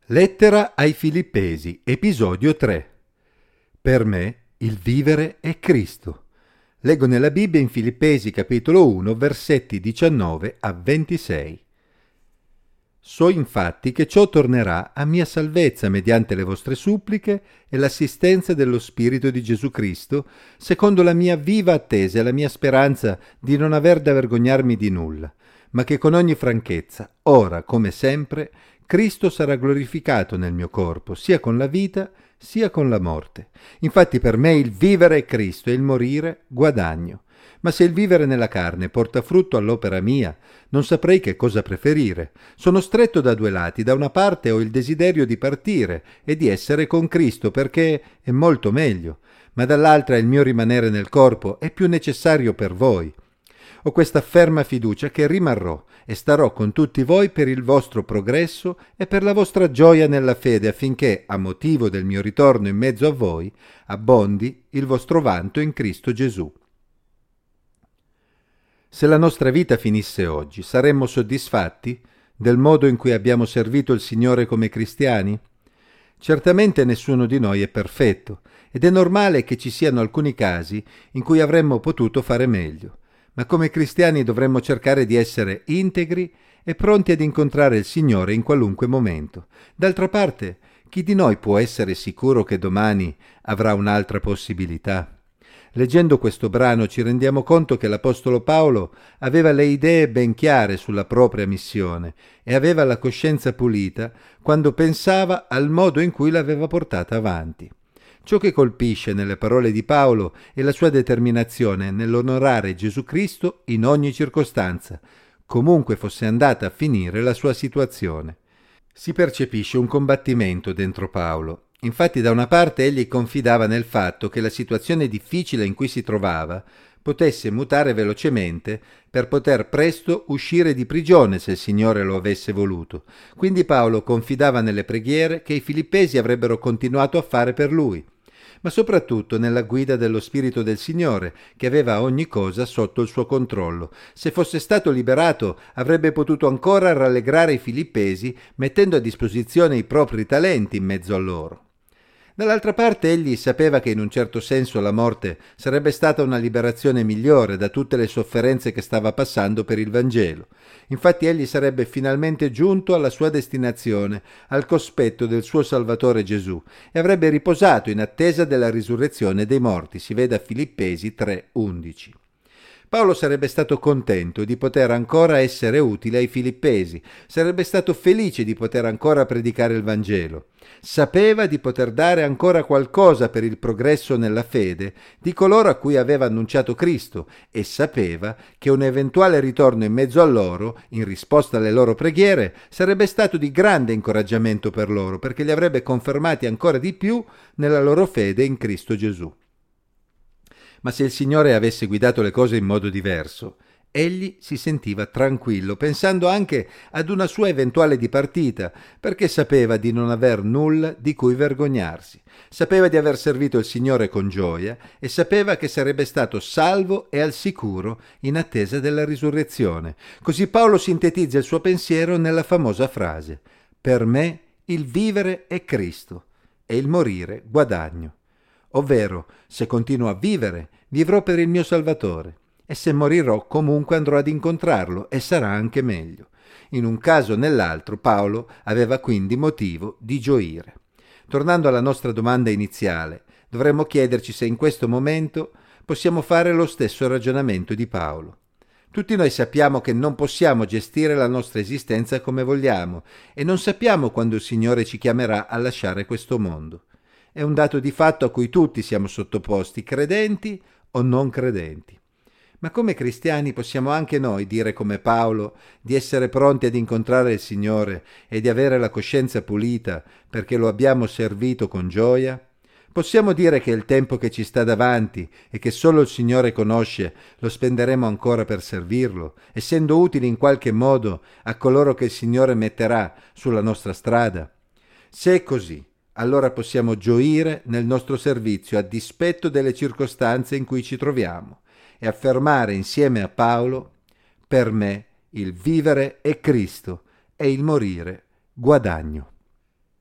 Lettera ai Filippesi, episodio 3. Per me il vivere è Cristo. Leggo nella Bibbia in Filippesi capitolo 1, versetti 19 a 26. So infatti che ciò tornerà a mia salvezza mediante le vostre suppliche e l'assistenza dello Spirito di Gesù Cristo, secondo la mia viva attesa e la mia speranza di non aver da vergognarmi di nulla, ma che con ogni franchezza, ora come sempre, Cristo sarà glorificato nel mio corpo, sia con la vita sia con la morte. Infatti per me il vivere è Cristo e il morire guadagno. Ma se il vivere nella carne porta frutto all'opera mia, non saprei che cosa preferire. Sono stretto da due lati. Da una parte ho il desiderio di partire e di essere con Cristo, perché è molto meglio, ma dall'altra il mio rimanere nel corpo è più necessario per voi. Ho questa ferma fiducia che rimarrò e starò con tutti voi per il vostro progresso e per la vostra gioia nella fede, affinché, a motivo del mio ritorno in mezzo a voi, abbondi il vostro vanto in Cristo Gesù. Se la nostra vita finisse oggi, saremmo soddisfatti del modo in cui abbiamo servito il Signore come cristiani? Certamente nessuno di noi è perfetto, ed è normale che ci siano alcuni casi in cui avremmo potuto fare meglio. Ma come cristiani dovremmo cercare di essere integri e pronti ad incontrare il Signore in qualunque momento. D'altra parte, chi di noi può essere sicuro che domani avrà un'altra possibilità? Leggendo questo brano ci rendiamo conto che l'Apostolo Paolo aveva le idee ben chiare sulla propria missione e aveva la coscienza pulita quando pensava al modo in cui l'aveva portata avanti. Ciò che colpisce nelle parole di Paolo è la sua determinazione nell'onorare Gesù Cristo in ogni circostanza, comunque fosse andata a finire la sua situazione. Si percepisce un combattimento dentro Paolo. Infatti da una parte egli confidava nel fatto che la situazione difficile in cui si trovava potesse mutare velocemente per poter presto uscire di prigione se il Signore lo avesse voluto. Quindi Paolo confidava nelle preghiere che i filippesi avrebbero continuato a fare per lui, ma soprattutto nella guida dello Spirito del Signore, che aveva ogni cosa sotto il suo controllo. Se fosse stato liberato, avrebbe potuto ancora rallegrare i filippesi, mettendo a disposizione i propri talenti in mezzo a loro. Dall'altra parte egli sapeva che in un certo senso la morte sarebbe stata una liberazione migliore da tutte le sofferenze che stava passando per il Vangelo. Infatti egli sarebbe finalmente giunto alla sua destinazione, al cospetto del suo Salvatore Gesù, e avrebbe riposato in attesa della risurrezione dei morti. Si veda Filippesi 3:11. Paolo sarebbe stato contento di poter ancora essere utile ai filippesi, sarebbe stato felice di poter ancora predicare il Vangelo. Sapeva di poter dare ancora qualcosa per il progresso nella fede di coloro a cui aveva annunciato Cristo e sapeva che un eventuale ritorno in mezzo a loro, in risposta alle loro preghiere, sarebbe stato di grande incoraggiamento per loro, perché li avrebbe confermati ancora di più nella loro fede in Cristo Gesù. Ma se il Signore avesse guidato le cose in modo diverso, egli si sentiva tranquillo, pensando anche ad una sua eventuale dipartita, perché sapeva di non aver nulla di cui vergognarsi. Sapeva di aver servito il Signore con gioia e sapeva che sarebbe stato salvo e al sicuro in attesa della risurrezione. Così Paolo sintetizza il suo pensiero nella famosa frase: «Per me il vivere è Cristo e il morire guadagno». Ovvero, se continuo a vivere, vivrò per il mio Salvatore, e se morirò comunque andrò ad incontrarlo e sarà anche meglio. In un caso o nell'altro Paolo aveva quindi motivo di gioire. Tornando alla nostra domanda iniziale, dovremmo chiederci se in questo momento possiamo fare lo stesso ragionamento di Paolo. Tutti noi sappiamo che non possiamo gestire la nostra esistenza come vogliamo e non sappiamo quando il Signore ci chiamerà a lasciare questo mondo. È un dato di fatto a cui tutti siamo sottoposti, credenti o non credenti. Ma come cristiani possiamo anche noi dire come Paolo di essere pronti ad incontrare il Signore e di avere la coscienza pulita perché lo abbiamo servito con gioia? Possiamo dire che il tempo che ci sta davanti e che solo il Signore conosce lo spenderemo ancora per servirlo, essendo utili in qualche modo a coloro che il Signore metterà sulla nostra strada? Se è così, allora possiamo gioire nel nostro servizio a dispetto delle circostanze in cui ci troviamo e affermare insieme a Paolo: per me il vivere è Cristo e il morire guadagno.